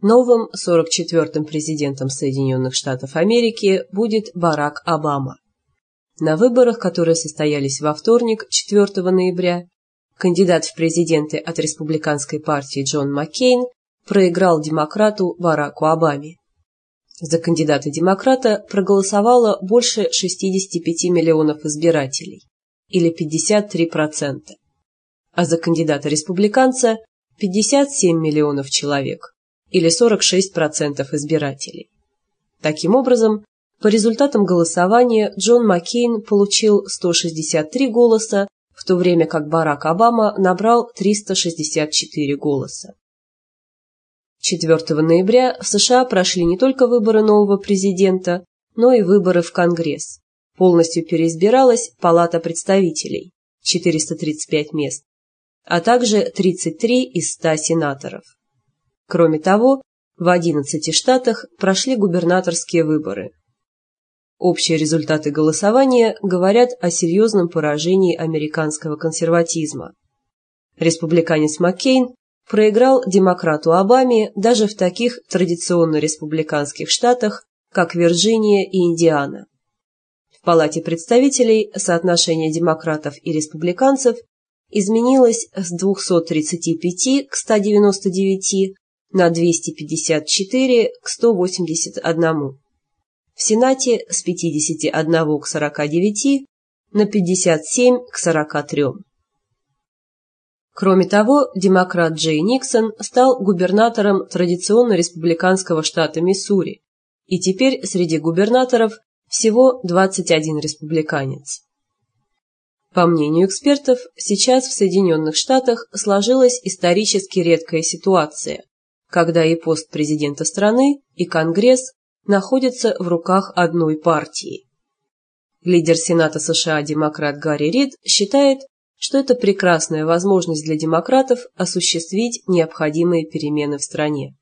Новым 44-м президентом Соединенных Штатов Америки будет Барак Обама. На выборах, которые состоялись во вторник, 4 ноября, кандидат в президенты от республиканской партии Джон Маккейн проиграл демократу Бараку Обаме. За кандидата-демократа проголосовало больше 65 миллионов избирателей, или 53%, а за кандидата-республиканца 57 миллионов человек, или 46% избирателей. Таким образом, по результатам голосования Джон Маккейн получил 163 голоса, в то время как Барак Обама набрал 364 голоса. 4 ноября в США прошли не только выборы нового президента, но и выборы в Конгресс. Полностью переизбиралась Палата представителей, 435 мест, а также 33 из 100 сенаторов. Кроме того, в 11 штатах прошли губернаторские выборы. Общие результаты голосования говорят о серьезном поражении американского консерватизма. Республиканец Маккейн проиграл демократу Обаме даже в таких традиционно республиканских штатах, как Вирджиния и Индиана. В Палате представителей соотношение демократов и республиканцев изменилось с 235 к 199 на 254 к 181. В Сенате с 51 к 49 на 57 к 43. Кроме того, демократ Джей Никсон стал губернатором традиционно республиканского штата Миссури, и теперь среди губернаторов всего 21 республиканец. По мнению экспертов, сейчас в Соединенных Штатах сложилась исторически редкая ситуация, когда и пост президента страны, и Конгресс находятся в руках одной партии. Лидер Сената США демократ Гарри Рид считает, что это прекрасная возможность для демократов осуществить необходимые перемены в стране.